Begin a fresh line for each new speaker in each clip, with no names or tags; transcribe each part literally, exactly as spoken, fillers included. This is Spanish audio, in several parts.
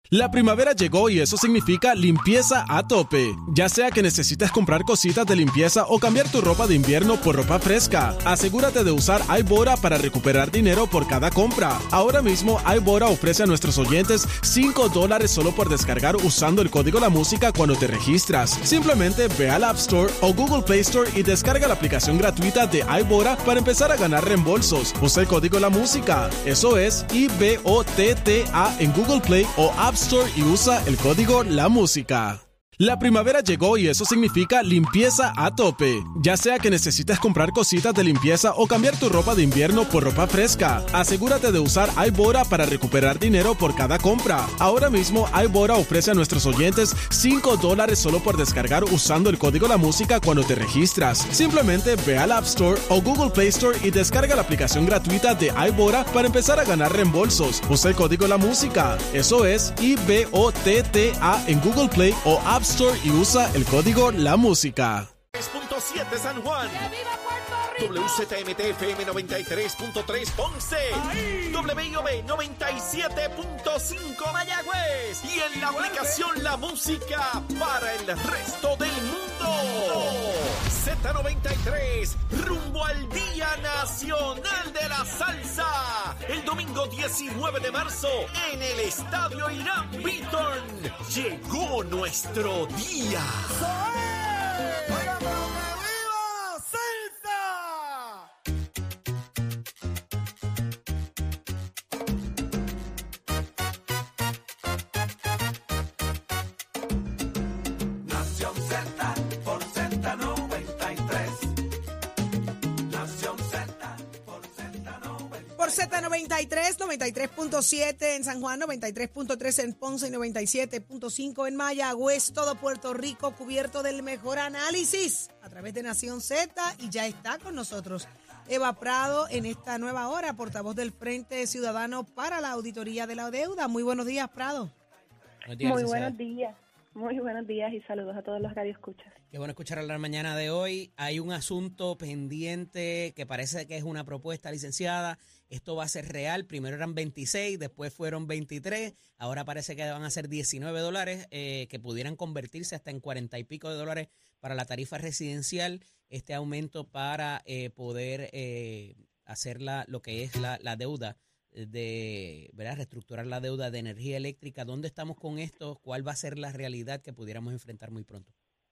La primavera llegó y eso significa limpieza a tope. Ya sea que necesites comprar cositas de limpieza o cambiar tu ropa de invierno por ropa fresca, asegúrate de usar iBora para recuperar dinero por cada compra. Ahora mismo iBora ofrece a nuestros oyentes cinco dólares solo por descargar usando el código La Música cuando te registras. Simplemente ve al App Store o Google Play Store y descarga la aplicación gratuita de iBora para empezar a ganar reembolsos. Usa el código La Música. Eso es I B O T T A en Google Play o App Store y usa el código La Música. La primavera llegó y eso significa limpieza a tope. Ya sea que necesites comprar cositas de limpieza o cambiar tu ropa de invierno por ropa fresca, asegúrate de usar iBora para recuperar dinero por cada compra. Ahora mismo iBora ofrece a nuestros oyentes cinco dólares solo por descargar usando el código La Música cuando te registras. Simplemente ve al App Store o Google Play Store y descarga la aplicación gratuita de iBora para empezar a ganar reembolsos. Usa el código La Música. Eso es I B O T T A en Google Play o App Store y usa el código La Música.
tres punto siete San Juan.
¡Que viva Puerto Rico!
W Z M T F M noventa y tres punto tres Ponce.
¡Ahí!
W I O B noventa y siete punto cinco Mayagüez. Y en la aplicación La Música para el resto del mundo. Z noventa y tres, rumbo al Día Nacional de la Salsa. El domingo diecinueve de marzo en el Estadio Irán Bithorn. Llegó nuestro día.
¡Oiga, pero que viva Salsa!
Nación Z por Z noventa y tres. Nación Z por Z noventa y tres.
Por Z noventa y tres, noventa y tres punto siete en San Juan, noventa y tres punto tres en Ponce y noventa y siete punto cinco en Mayagüez, todo Puerto Rico cubierto del mejor análisis a través de Nación Z. Y ya está con nosotros Eva Prado en esta nueva hora, portavoz del Frente Ciudadano para la Auditoría de la Deuda. Muy buenos días, Prado.
Buenos días,
Muy
licenciada.
buenos días, muy buenos días y saludos a todos los radioescuchas.
Qué bueno escuchar la mañana de hoy. Hay un asunto pendiente que parece que es una propuesta, licenciada. Esto va a ser real. Primero eran veintiséis, después fueron veintitrés. Ahora parece que van a ser diecinueve dólares, eh, que pudieran convertirse hasta en cuarenta y pico de dólares para la tarifa residencial. Este aumento para eh, poder eh, hacer la, lo que es la, la deuda, de, ¿verdad? Reestructurar la deuda de energía eléctrica. ¿Dónde estamos con esto? ¿Cuál va a ser la realidad que pudiéramos enfrentar muy pronto?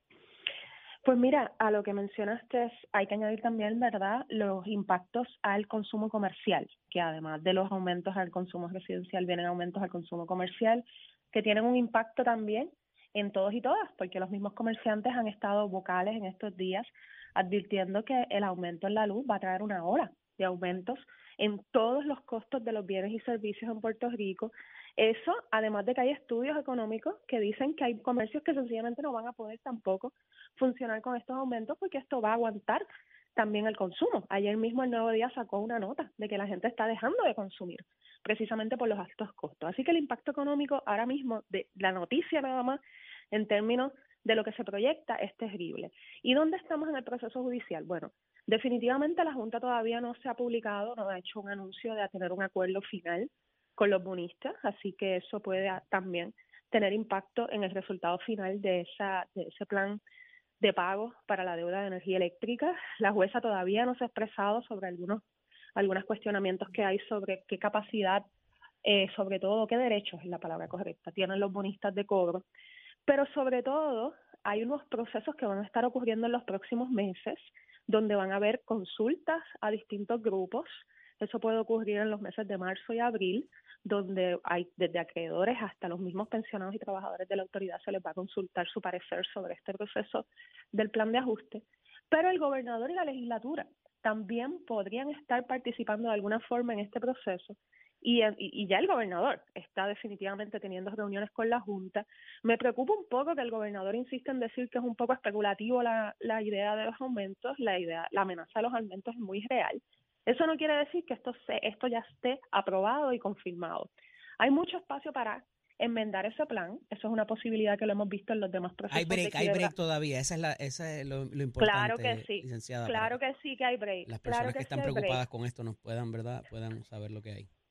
Pues mira, a lo que mencionaste hay que añadir también, ¿verdad?, los impactos al consumo comercial, que además de los aumentos al consumo residencial vienen aumentos al consumo comercial, que tienen un impacto también en todos y todas, porque los mismos comerciantes han estado vocales en estos días advirtiendo que el aumento en la luz va a traer una ola de aumentos en todos los costos de los bienes y servicios en Puerto Rico. Eso, además de que hay estudios económicos que dicen que hay comercios que sencillamente no van a poder tampoco funcionar con estos aumentos porque esto va a aguantar también el consumo. Ayer mismo el Nuevo Día sacó una nota de que la gente está dejando de consumir precisamente por los altos costos. Así que el impacto económico ahora mismo de la noticia nada más en términos de lo que se proyecta es terrible. ¿Y dónde estamos en el proceso judicial? Bueno, definitivamente la Junta todavía no se ha publicado, no ha hecho un anuncio de tener un acuerdo final con los bonistas, así que eso puede también tener impacto en el resultado final de esa de ese plan de pago para la deuda de energía eléctrica. La jueza todavía no se ha expresado sobre algunos algunos cuestionamientos que hay sobre qué capacidad, eh, sobre todo qué derechos es la palabra correcta, tienen los bonistas de cobro, pero sobre todo hay unos procesos que van a estar ocurriendo en los próximos meses donde van a haber consultas a distintos grupos. Eso puede ocurrir en los meses de marzo y abril, donde hay desde acreedores hasta los mismos pensionados y trabajadores de la autoridad se les va a consultar su parecer sobre este proceso del plan de ajuste. Pero el gobernador y la legislatura también podrían estar participando de alguna forma en este proceso y, y ya el gobernador está definitivamente teniendo reuniones con la Junta. Me preocupa un poco que el gobernador insiste en decir que es un poco especulativo la, la idea de los aumentos, la idea, la amenaza de los aumentos es muy real. Eso no quiere decir que esto se, esto ya esté aprobado y confirmado. Hay mucho espacio para enmendar ese plan. Eso es una posibilidad que lo hemos visto en los demás procesos.
Hay break,
de
hay break todavía. Esa es, la, esa es lo, lo importante,
claro que sí,
licenciada.
Claro que sí que hay break.
Las personas
claro que,
que están
sí
preocupadas
break.
con esto nos puedan, ¿verdad? Puedan saber lo que hay.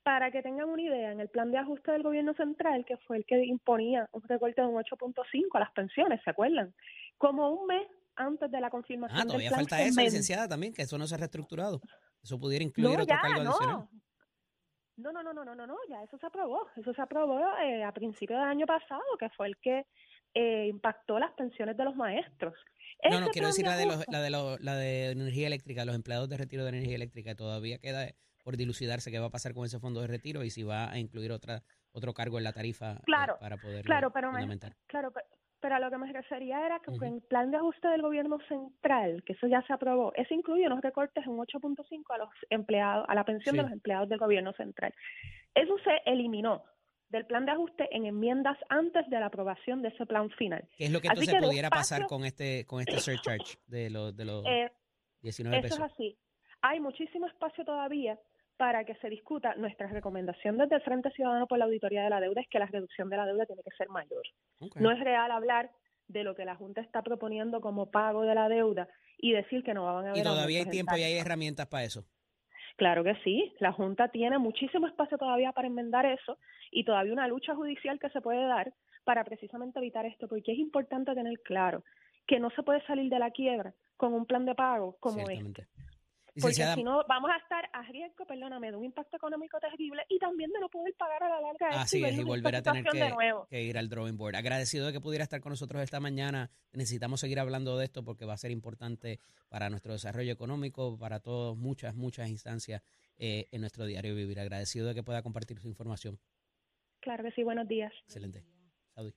Para que tengan una idea, en el plan de ajuste del gobierno central, que fue el que imponía un recorte de un ocho punto cinco a las pensiones, ¿se acuerdan? Como un mes antes de la confirmación
Ah,
del
todavía
plan.
falta
se
eso,
enmen-
licenciada, también, que eso no se ha reestructurado. Eso pudiera incluir
No,
otro
ya,
cargo
no.
adicional.
No, no, no, no, no, no, no, ya eso se aprobó. Eso se aprobó eh, a principios del año pasado, que fue el que eh, impactó las pensiones de los maestros.
No, no,
Ese
quiero
plan
decir
de
la de, los,
ajuste-
la, de los, la de energía eléctrica, los empleados de retiro de energía eléctrica. Todavía queda por dilucidarse qué va a pasar con ese fondo de retiro y si va a incluir otra otro cargo en la tarifa eh,
Claro,
para poderlo
claro, pero me,
fundamentar.
claro, pe- pero a lo que me refería era que
Ujú.
en el plan de ajuste del gobierno central, que eso ya se aprobó, eso incluye unos recortes en un ocho punto cinco a los empleados, a la pensión de
Sí.
los empleados del gobierno central. Eso se eliminó del plan de ajuste en enmiendas antes de la aprobación de ese plan final.
¿Qué es lo que
Así
entonces
que
pudiera pasar
despacio,
con este con este surcharge de los de los
eh,
diecinueve
eso es
pesos?
así. Hay muchísimo espacio todavía para que se discuta. Nuestra recomendación desde el Frente Ciudadano por la Auditoría de la Deuda es que la reducción de la deuda tiene que ser mayor.
Ok.
No es real hablar de lo que la Junta está proponiendo como pago de la deuda y decir que no van a haber
Y todavía hay
aumentos en
tiempo y hay
tarifas.
herramientas para eso.
Claro que sí, la Junta tiene muchísimo espacio todavía para enmendar eso y todavía una lucha judicial que se puede dar para precisamente evitar esto, porque es importante tener claro que no se puede salir de la quiebra con un plan de pago como
Ciertamente.
este. Porque
Licenciada,
si no, vamos a estar a riesgo, perdóname, de un impacto económico terrible y también de no poder pagar a la larga esto
así
y
es, y
vernos en
volver a
esta
tener
situación de
que,
nuevo.
que ir al drawing board. Agradecido de que pudiera estar con nosotros esta mañana. Necesitamos seguir hablando de esto porque va a ser importante para nuestro desarrollo económico, para todos, muchas, muchas instancias eh, en nuestro diario vivir. Agradecido de que pueda compartir su información.
Claro que sí, buenos días.
Excelente. Saudi.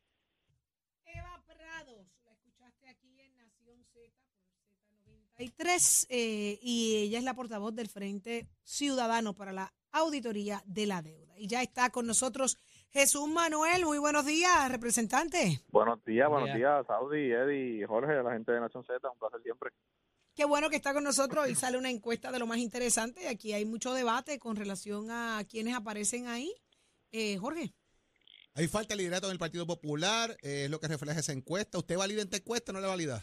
Eva Prados, la escuchaste aquí en Nación Z por Z noventa y tres eh, y ella es la portavoz del Frente Ciudadano para la Auditoría de la Deuda. Y ya está con nosotros Jesús Manuel. Muy buenos días, representante.
Buenos días,
Buen
buenos
día.
días, Saudi, Eddie, Jorge, la gente de Nación Z, un placer siempre.
Qué bueno que está con nosotros. Hoy sale una encuesta de lo más interesante. Aquí hay mucho debate con relación a quienes aparecen ahí. Eh, Jorge.
Hay falta de liderato en el Partido Popular, eh, es lo que refleja esa encuesta. ¿Usted valida esta encuesta o no la valida?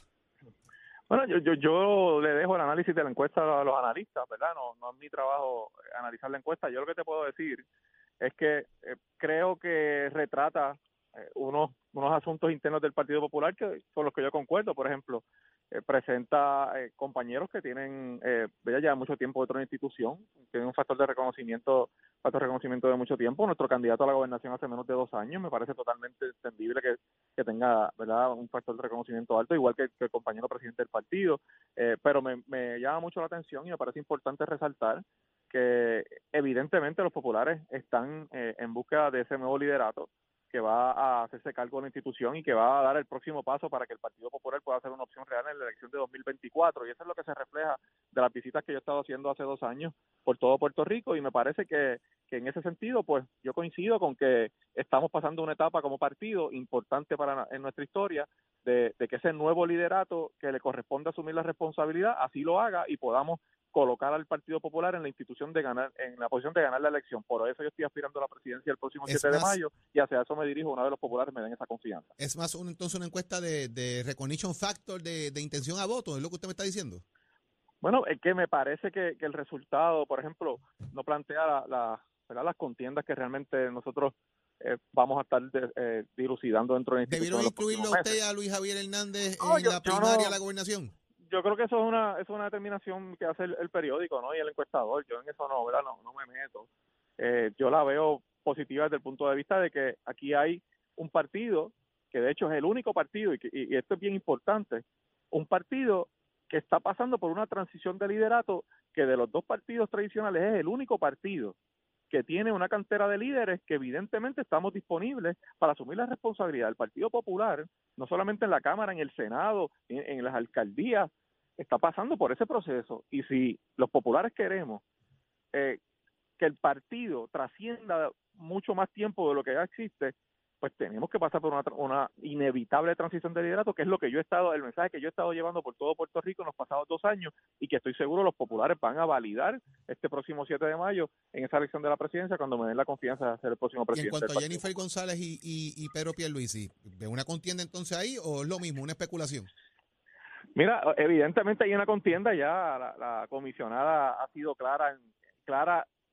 Bueno, yo, yo yo le dejo el análisis de la encuesta a los analistas, ¿verdad? No, no es mi trabajo analizar la encuesta. Yo lo que te puedo decir es que eh, creo que retrata eh, unos unos asuntos internos del Partido Popular que con los que yo concuerdo. Por ejemplo, eh, presenta eh, compañeros que tienen eh, ya mucho tiempo dentro de una institución, tienen un factor de reconocimiento, factor de reconocimiento de mucho tiempo. Nuestro candidato a la gobernación hace menos de dos años, me parece totalmente entendible que, que tenga, ¿verdad?, un factor de reconocimiento alto, igual que, que el compañero presidente del partido, eh, pero me, me llama mucho la atención y me parece importante resaltar que evidentemente los populares están eh, en búsqueda de ese nuevo liderato que va a hacerse cargo de la institución y que va a dar el próximo paso para que el Partido Popular pueda ser una opción real en la elección de dos mil veinticuatro. Y eso es lo que se refleja de las visitas que yo he estado haciendo hace dos años por todo Puerto Rico, y me parece que, que en ese sentido, pues yo coincido con que estamos pasando una etapa como partido importante para en nuestra historia de, de que ese nuevo liderato que le corresponde asumir la responsabilidad así lo haga y podamos colocar al Partido Popular en la institución de ganar, en la posición de ganar la elección. Por eso yo estoy aspirando a la presidencia el próximo
Es
siete de
más-
mayo y hacia eso me dirijo una vez los populares me den esa confianza.
Es más un, entonces una encuesta de, de recognition factor, de, de intención a voto, ¿es lo que usted me está diciendo?
Bueno, es que me parece que, que el resultado, por ejemplo, no plantea la, la, ¿verdad?, las contiendas que realmente nosotros eh, vamos a estar de, eh, dilucidando dentro de la institución.
¿Debieron
en los
incluirlo a
próximos
usted y
meses.
a Luis Javier Hernández
No,
en
yo-
la
yo
primaria
no-
a la gobernación?
Yo creo que eso es una es una determinación que hace el, el periódico, ¿no?, y el encuestador. Yo en eso no, ¿verdad? No, no me meto. Eh, yo la veo positiva desde el punto de vista de que aquí hay un partido que de hecho es el único partido, y, que, y, y esto es bien importante, un partido que está pasando por una transición de liderato que de los dos partidos tradicionales es el único partido que tiene una cantera de líderes que evidentemente estamos disponibles para asumir la responsabilidad. El Partido Popular, no solamente en la Cámara, en el Senado, en, en las alcaldías, está pasando por ese proceso. Y si los populares queremos eh, que el partido trascienda mucho más tiempo de lo que ya existe, pues tenemos que pasar por una, una inevitable transición de liderato, que es lo que yo he estado, el mensaje que yo he estado llevando por todo Puerto Rico en los pasados dos años, y que estoy seguro los populares van a validar este próximo siete de mayo en esa elección de la presidencia cuando me den la confianza de ser el próximo
Y en
presidente.
cuanto
del
a
partido.
Jennifer González y, y, y Pedro Pierluisi, ¿ve una contienda entonces ahí o es lo mismo, una especulación?
Mira, evidentemente hay una contienda ya, la, la comisionada ha sido clara, en- clara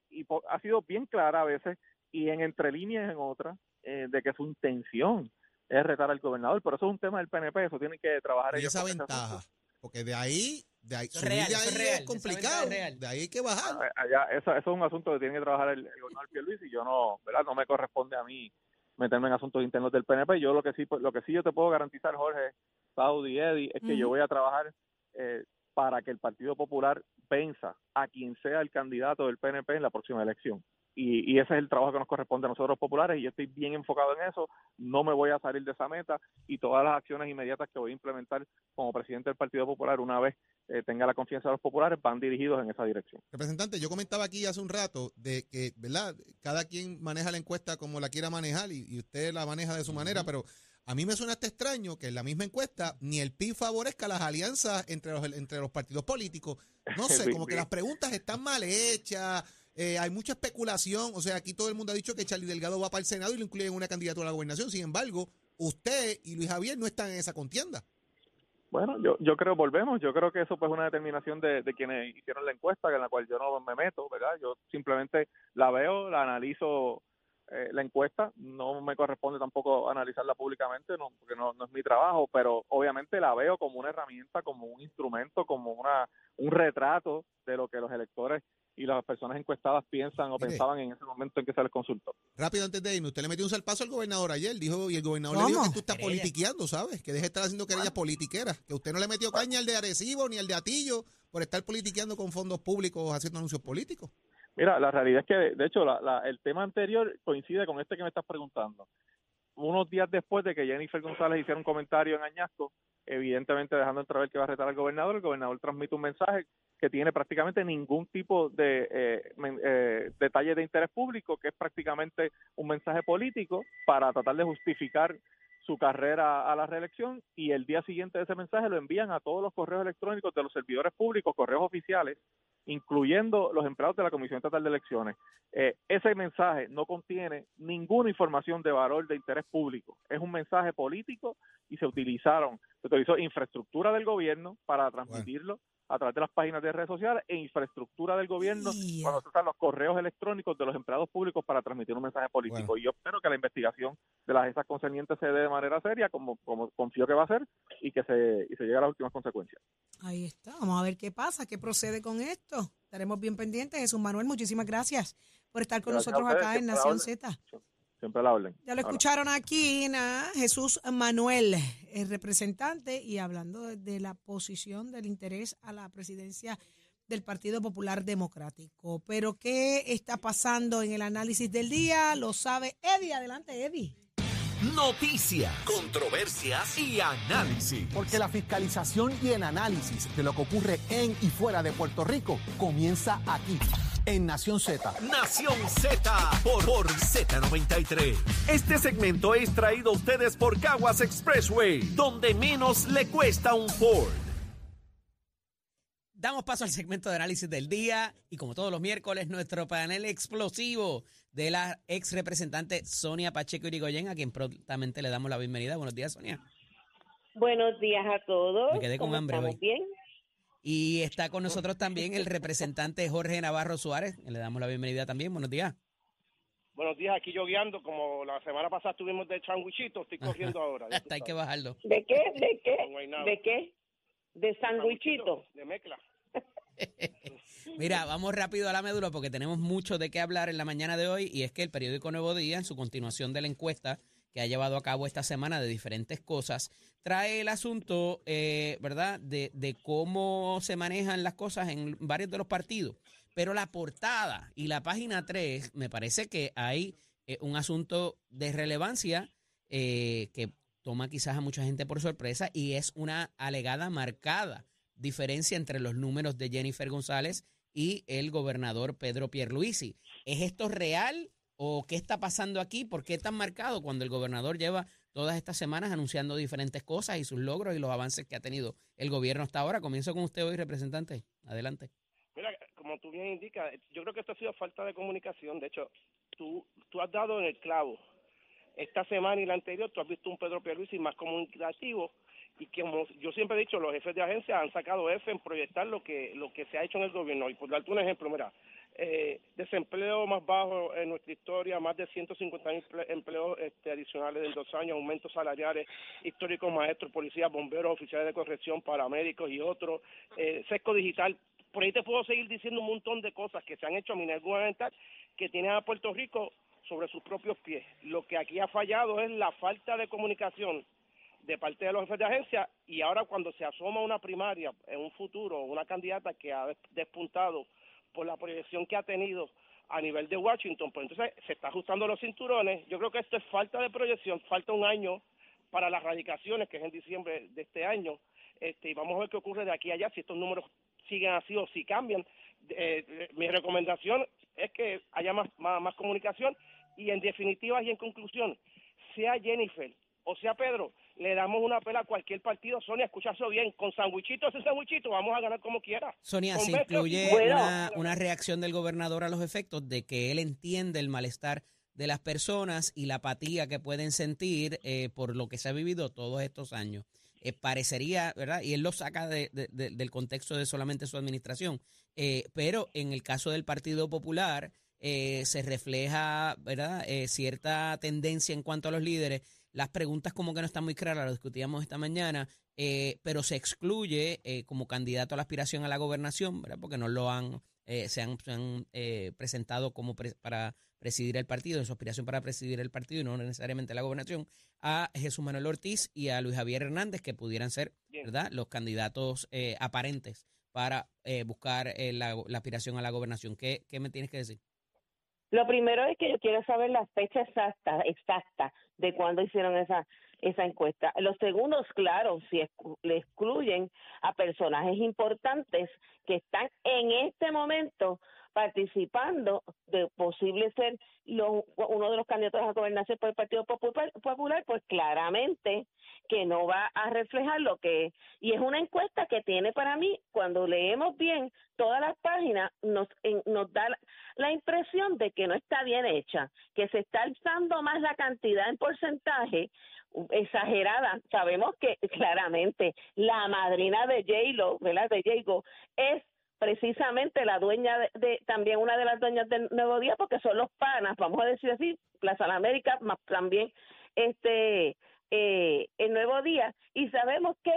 y po- ha sido bien clara a veces y en entre líneas en otras eh, de que su intención es retar al gobernador, pero eso es un tema del P N P, eso tienen que trabajar
Y
ellos
esa
con ese
ventaja,
asunto.
porque de ahí, de ahí,
Eso es
subir
real,
de
eso
ahí
es real,
es
esa
complicado,
ventaja es real.
de ahí hay que bajar.
Ah, allá, eso, eso es un asunto que tiene que trabajar el, el gobernador Pierluisi y yo no, ¿verdad? No me corresponde a mí meterme en asuntos internos del P N P. Yo lo que sí, lo que sí yo te puedo garantizar, Jorge, Saudi, Eddie, es que yo
Ujú.
voy a trabajar eh, para que el Partido Popular venza a quien sea el candidato del P N P en la próxima elección. Y, y ese es el trabajo que nos corresponde a nosotros los populares y yo estoy bien enfocado en eso, no me voy a salir de esa meta y todas las acciones inmediatas que voy a implementar como presidente del Partido Popular una vez eh, tenga la confianza de los populares van dirigidos en esa dirección.
Representante, yo comentaba aquí hace un rato de que, ¿verdad? Cada quien maneja la encuesta como la quiera manejar y, y usted la maneja de su manera, pero a mí me suena hasta extraño que en la misma encuesta ni el P I B favorezca las alianzas entre los, entre los partidos políticos. No sé, como que las preguntas están mal hechas, eh, hay mucha especulación. O sea, aquí todo el mundo ha dicho que Charlie Delgado va para el Senado y lo incluye en una candidatura a la gobernación. Sin embargo, usted y Luis Javier no están en esa contienda.
Bueno, yo yo creo, volvemos, yo creo que eso pues es una determinación de, de quienes hicieron la encuesta, en la cual yo no me meto, ¿verdad? Yo simplemente la veo, la analizo eh, la encuesta, no me corresponde tampoco analizarla públicamente, no, porque no, no es mi trabajo, pero obviamente la veo como una herramienta, como un instrumento, como una un retrato de lo que los electores y las personas encuestadas piensan o
Mire,
pensaban en ese momento en que se les consultó.
rápido antes de irme, usted le metió un salpazo al gobernador ayer, dijo, y el gobernador le
¿Cómo?
dijo que tú estás
Querella.
politiqueando, ¿sabes? Que deje de estar haciendo querellas politiqueras, que usted no le metió caña al de Arecibo ni al de Atillo por estar politiqueando con fondos públicos haciendo anuncios políticos.
Mira, la realidad es que, de hecho, la, la, el tema anterior coincide con este que me estás preguntando. Unos días después de que Jennifer González hiciera un comentario en Añasco, evidentemente dejando entrever que va a retar al gobernador, el gobernador transmite un mensaje que tiene prácticamente ningún tipo de eh, men, eh, detalle de interés público, que es prácticamente un mensaje político para tratar de justificar su carrera a la reelección, y el día siguiente de ese mensaje lo envían a todos los correos electrónicos de los servidores públicos, correos oficiales, incluyendo los empleados de la Comisión Estatal de Elecciones. Eh, ese mensaje no contiene ninguna información de valor de interés público. Es un mensaje político y se utilizaron, se utilizó infraestructura del gobierno para transmitirlo bueno. a través de las páginas de redes sociales e infraestructura del gobierno yeah. cuando se usan los correos electrónicos de los empleados públicos para transmitir un mensaje político. Bueno. Y yo espero que la investigación de las agencias concernientes se dé de manera seria, como, como confío que va a ser, y que se, y se llegue a las últimas consecuencias.
Ahí está, vamos a ver qué pasa, qué procede con esto. Estaremos bien pendientes. Jesús Manuel, muchísimas gracias por estar con gracias nosotros acá en Nación Z.
Siempre la orden.
Ya lo escucharon aquí, ¿no? Jesús Manuel, el representante, y hablando de la posición del interés a la presidencia del Partido Popular Democrático. Pero ¿qué está pasando en el análisis del día? Lo sabe Eddie. Adelante, Eddie.
Noticias, controversias y análisis.
Porque la fiscalización y el análisis de lo que ocurre en y fuera de Puerto Rico comienza aquí, en Nación Z.
Nación Z por, por Z noventa y tres. Este segmento es traído a ustedes por Caguas Expressway, donde menos le cuesta un Ford.
Damos paso al segmento de análisis del día y como todos los miércoles, nuestro panel explosivo de la ex representante Sonia Pacheco Irigoyen, a quien prontamente le damos la bienvenida. Buenos días, Sonia.
Buenos días a todos.
Me quedé con hambre hoy.
Bien.
Y está con nosotros también el representante Jorge Navarro Suárez. Le damos la bienvenida también. Buenos días.
Buenos días, aquí yo guiando, como la semana pasada estuvimos de sandwichito, estoy corriendo ahora.
Hasta hay que bajarlo.
¿De qué? ¿De qué? ¿De qué? ¿De sandwichito?
De mezcla.
Mira, vamos rápido a la médula porque tenemos mucho de qué hablar en la mañana de hoy, y es que el periódico Nuevo Día, en su continuación de la encuesta que ha llevado a cabo esta semana de diferentes cosas, trae el asunto, eh, ¿verdad?, de, de cómo se manejan las cosas en varios de los partidos. Pero la portada y la página tres, me parece que hay eh, un asunto de relevancia eh, que toma quizás a mucha gente por sorpresa, y es una alegada marcada diferencia entre los números de Jennifer González y el gobernador Pedro Pierluisi. ¿Es esto real o qué está pasando aquí? ¿Por qué tan marcado cuando el gobernador lleva todas estas semanas anunciando diferentes cosas y sus logros y los avances que ha tenido el gobierno hasta ahora? Comienzo con usted hoy, representante. Adelante.
Mira, como tú bien indicas, yo creo que esto ha sido falta de comunicación. De hecho, tú, tú has dado en el clavo. Esta semana y la anterior tú has visto un Pedro Pierluisi más comunicativo, y que, como yo siempre he dicho, los jefes de agencia han sacado F en proyectar lo que lo que se ha hecho en el gobierno. Y por darte un ejemplo, mira, eh, desempleo más bajo en nuestra historia, más de ciento cincuenta mil empleos este, adicionales en dos años, aumentos salariales históricos, maestros, policías, bomberos, oficiales de corrección, paramédicos y otros, eh, sesco digital. Por ahí te puedo seguir diciendo un montón de cosas que se han hecho a nivel gubernamental que tienen a Puerto Rico sobre sus propios pies. Lo que aquí ha fallado es la falta de comunicación de parte de los jefes de agencia, y ahora cuando se asoma una primaria en un futuro, una candidata que ha despuntado por la proyección que ha tenido a nivel de Washington, pues entonces se está ajustando los cinturones. Yo creo que esto es falta de proyección, falta un año para las radicaciones, que es en diciembre de este año, este, y vamos a ver qué ocurre de aquí a allá, si estos números siguen así o si cambian. Eh, mi recomendación es que haya más, más, más comunicación, y en definitiva y en conclusión, sea Jennifer o sea Pedro, le damos una pela a cualquier partido. Sonia, escucha eso bien, con sandwichito o sin sandwichito vamos a ganar como quiera.
Sonia,
Con
se
besos.
incluye
Bueno.
una, una reacción del gobernador a los efectos de que él entiende el malestar de las personas y la apatía que pueden sentir eh, por lo que se ha vivido todos estos años. Eh, parecería, ¿verdad? Y él lo saca de, de, de, del contexto de solamente su administración. Eh, pero en el caso del Partido Popular eh, se refleja, ¿verdad? Eh, cierta tendencia en cuanto a los líderes. Las preguntas como que no están muy claras, lo discutíamos esta mañana, eh, pero se excluye eh, como candidato a la aspiración a la gobernación, ¿verdad? Porque no lo han, eh, se han, se han eh, presentado como pre, para presidir el partido, en su aspiración para presidir el partido y no necesariamente la gobernación, a Jesús Manuel Ortiz y a Luis Javier Hernández, que pudieran ser, ¿verdad?, los candidatos eh, aparentes para eh, buscar eh, la, la aspiración a la gobernación. ¿Qué, ¿Qué me tienes que decir?
Lo primero es que yo quiero saber la fecha exacta, exacta de cuándo hicieron esa esa encuesta. Los segundos, claro, si exclu- le excluyen a personajes importantes que están en este momento participando de posible ser lo, uno de los candidatos a la gobernación por el Partido Popular, Popular, pues claramente que no va a reflejar lo que es. Y es una encuesta que tiene, para mí, cuando leemos bien todas las páginas, nos, en, nos da la, la impresión de que no está bien hecha, que se está alzando más la cantidad en porcentaje exagerada. Sabemos que claramente la madrina de J-Lo, ¿verdad?, de J-Go, es precisamente la dueña de, de, también una de las dueñas del Nuevo Día, porque son los panas, vamos a decir así, Plaza de América, más también este eh, el Nuevo Día, y sabemos que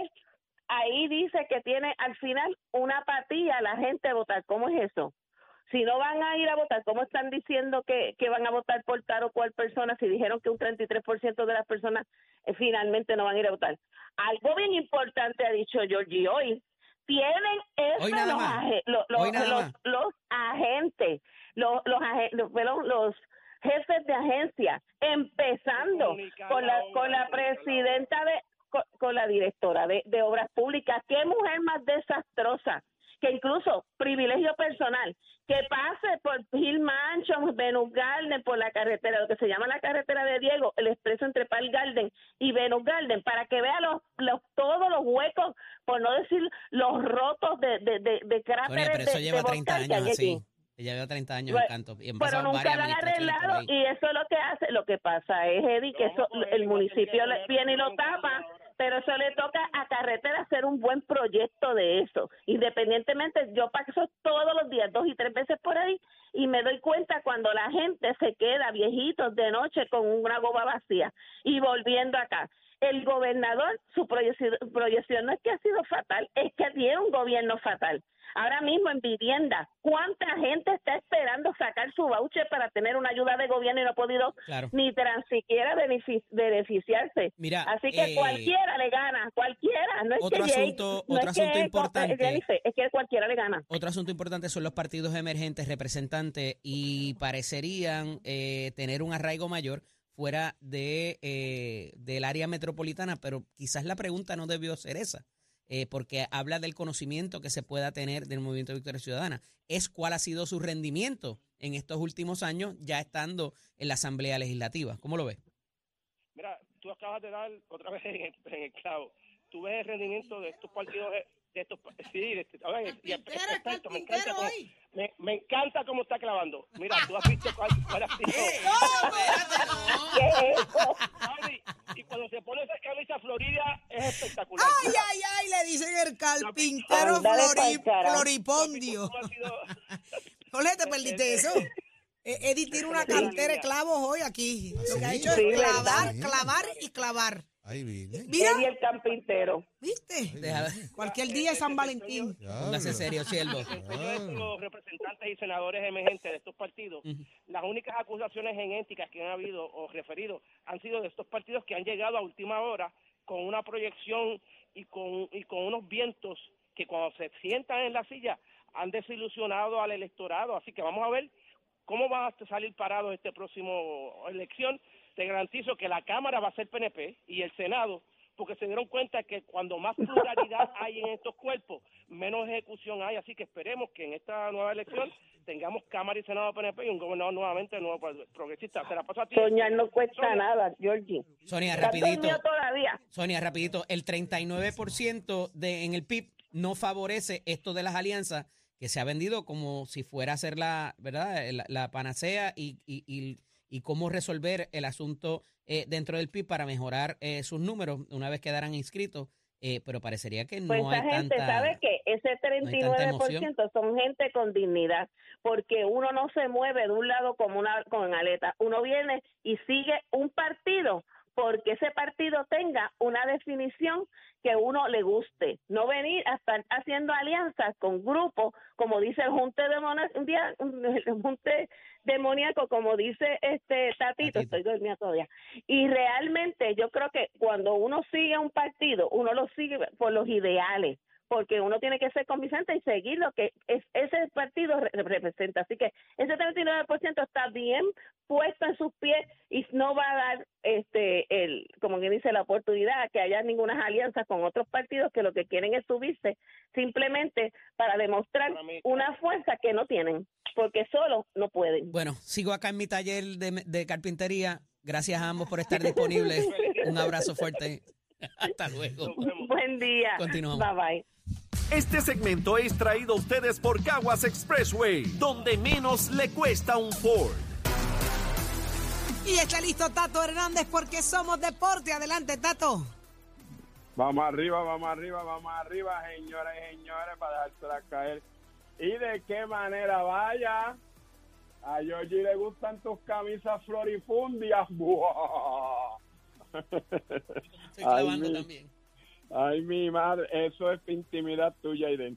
ahí dice que tiene al final una apatía a la gente a votar. ¿Cómo es eso? Si no van a ir a votar, ¿cómo están diciendo que, que van a votar por tal o cual persona si dijeron que un treinta y tres por ciento de las personas eh, finalmente no van a ir a votar? Algo bien importante ha dicho Georgie hoy. Tienen eso
Hoy nada
los,
más.
ag- los, los,
Hoy nada
los,
más.
los agentes, los los, agen- los, perdón, los jefes de agencia, empezando con la con la presidenta de con, con la directora de, de Obras Públicas. Qué mujer más desastrosa, que incluso privilegio personal, que pase por Hill Mansion, Venus Garden, por la carretera, lo que se llama la carretera de Diego, el expreso entre Pal Garden y Venus Garden, para que vea los, los todos los huecos, por no decir los rotos de, de, de, de cráteres.
Sonia, pero eso
de,
lleva
de
treinta
volcán que hay
años así.
allí.
Ella lleva treinta años
Bueno,
en canto. Y han
Pero
pasado
nunca
varias
lo han
administraciones por
arreglado,
ahí.
y eso es lo que hace. Lo que pasa es, Eddie, que eso el municipio le viene y lo tapa, pero eso le toca a carretera hacer un buen proyecto de eso. Independientemente, yo paso todos los días, dos y tres veces por ahí, y me doy cuenta cuando la gente se queda viejitos de noche con una goba vacía y volviendo acá. El gobernador, su proyección, proyección no es que ha sido fatal, es que tiene un gobierno fatal. Ahora mismo en vivienda, ¿cuánta gente está esperando sacar su voucher para tener una ayuda de gobierno y no ha podido
Claro.
ni tan siquiera benefici- beneficiarse?
Mira,
Así que
eh,
cualquiera le gana, cualquiera. No es
otro
que Jay-
asunto-
no
otro
es que
asunto
es-
importante.
Jennifer, es que cualquiera le gana.
Otro asunto importante son los partidos emergentes representantes y parecerían eh, tener un arraigo mayor fuera de eh, del área metropolitana, pero quizás la pregunta no debió ser esa, eh, porque habla del conocimiento que se pueda tener del Movimiento Victoria Ciudadana. Es cuál ha sido su rendimiento en estos últimos años ya estando en la Asamblea Legislativa. ¿Cómo lo ves?
Mira, tú acabas de dar otra vez en el, en el clavo. Tú ves el rendimiento de estos partidos, de estos, sí, de este, a ver, y, perfecto, me encanta cómo, me, me encanta cómo está clavando. Mira, tú has visto cuál, cuál ha sido.
¿Qué es eso?
Ay, y cuando se pone esa camisa florida es espectacular.
Ay, ay, ay, le dicen el carpintero
Ándale
flori-
pa'l carajo.
floripondio.
¿Cómo ha sido?
Jorge, te perdiste eso. Eh, Eddie tiene una cantera de clavos hoy aquí. Lo que ha hecho
Sí,
es clavar,
¿verdad?
clavar y clavar.
Ahí vine.
Mira,
Él y el carpintero.
¿viste?
Deja-
Cualquier día es San Valentín.
Póngase serio, siervo.
Yo de estos, los representantes y senadores emergentes de estos partidos,
Ujú.
las únicas acusaciones genéticas que han habido o referido han sido de estos partidos que han llegado a última hora con una proyección y con, y con unos vientos que cuando se sientan en la silla han desilusionado al electorado. Así que vamos a ver cómo van a salir parados este próximo elección. Te garantizo que la Cámara va a ser P N P y el Senado, porque se dieron cuenta que cuando más pluralidad hay en estos cuerpos, menos ejecución hay. Así que esperemos que en esta nueva elección tengamos Cámara y Senado P N P y un gobernador nuevamente nuevo progresista. Se la paso a ti.
Soñar no cuesta
Sonia.
nada, Georgie.
Sonia,
¿Estás
rapidito.
dormido todavía?
Sonia, rapidito. El treinta y nueve por ciento de, en el P I B no favorece esto de las alianzas, que se ha vendido como si fuera a ser la, ¿verdad? la, la panacea y, y, y, y cómo resolver el asunto eh, dentro del P I B para mejorar eh, sus números una vez quedaran inscritos. Eh, pero parecería que no
Pues
hay
esa gente,
tanta...
¿sabe qué? Ese treinta y nueve por ciento son gente con dignidad, porque uno no se mueve de un lado como una con aleta. Uno viene y sigue un partido porque ese partido tenga una definición que uno le guste. No venir a estar haciendo alianzas con grupos, como dice el Junte demoníaco, el Junte demoníaco, como dice este Tatito, estoy dormida todavía. Y realmente yo creo que cuando uno sigue a un partido, uno lo sigue por los ideales, porque uno tiene que ser convincente y seguir lo que es, ese partido re- representa. Así que ese treinta y nueve por ciento está bien puesto en sus pies y no va a dar, este el como que dice, la oportunidad que haya ninguna alianza con otros partidos que lo que quieren es subirse simplemente para demostrar una fuerza que no tienen, porque solo no pueden.
Bueno, sigo acá en mi taller de, de carpintería. Gracias a ambos por estar disponibles. Un abrazo fuerte. Hasta luego.
Buen día.
Continuamos.
Bye bye.
Este segmento es traído a ustedes por Caguas Expressway, donde menos le cuesta un Ford.
Y está listo Tato Hernández porque somos deporte. Adelante, Tato.
Vamos arriba, vamos arriba, vamos arriba, señoras y señores, para dejársela caer. ¿Y de qué manera? Vaya, a Georgie le gustan tus camisas florifundias. ¡Buah!
Estoy clavando
mi,
también.
Ay, mi madre, eso es intimidad tuya, Aiden.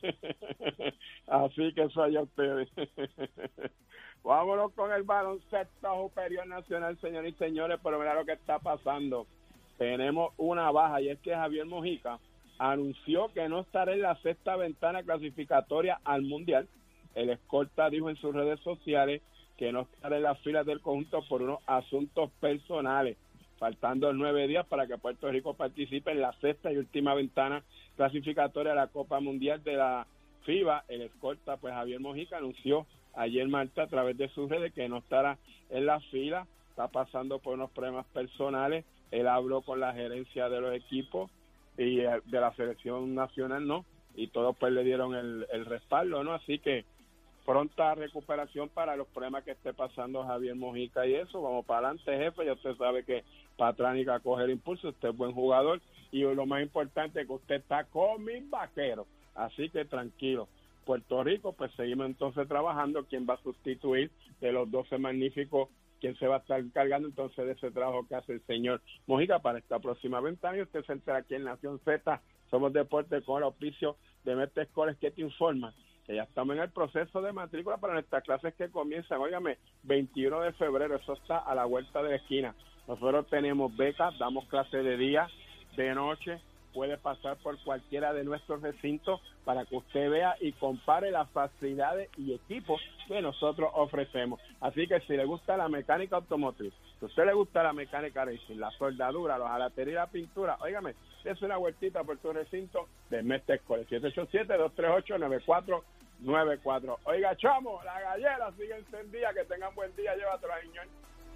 Así que eso allá ustedes. Vámonos con el baloncesto superior nacional, señores y señores, pero mira lo que está pasando. Tenemos una baja y es que Javier Mojica anunció que no estará en la sexta ventana clasificatoria al Mundial. El escolta dijo en sus redes sociales que no estará en las filas del conjunto por unos asuntos personales, faltando nueve días para que Puerto Rico participe en la sexta y última ventana clasificatoria de la Copa Mundial de la FIBA. El escolta, pues Javier Mojica, anunció ayer martes a través de sus redes que no estará en la fila, está pasando por unos problemas personales. Él habló con la gerencia de los equipos y eh, de la selección nacional, ¿no? Y todos pues le dieron el, el respaldo, ¿no? Así que pronta recuperación para los problemas que esté pasando Javier Mojica y eso. Vamos para adelante, jefe. Ya usted sabe que Patránica coge el impulso, usted es buen jugador y lo más importante es que usted está con mis vaqueros. Así que tranquilo. Puerto Rico, pues seguimos entonces trabajando. ¿Quién va a sustituir de los doce magníficos? ¿Quién se va a estar encargando entonces de ese trabajo que hace el señor Mojica para esta próxima ventana? Y usted se entera aquí en Nación Z. Somos Deportes con el auspicio de Mestre Escoles, que te informa que ya estamos en el proceso de matrícula para nuestras clases que comienzan, óigame, veintiuno de febrero, eso está a la vuelta de la esquina. Nosotros tenemos becas, damos clases de día, de noche, puede pasar por cualquiera de nuestros recintos para que usted vea y compare las facilidades y equipos que nosotros ofrecemos. Así que si le gusta la mecánica automotriz, si a usted le gusta la mecánica racing, la soldadura, los jalatería y la pintura, óigame, es una vueltita por tu recinto de Mestre Escoles, siete ocho siete, dos tres ocho, nueve cuatro nueve cuatro. Oiga, chamo, la gallera sigue encendida, que tengan buen día, llévatela, señor.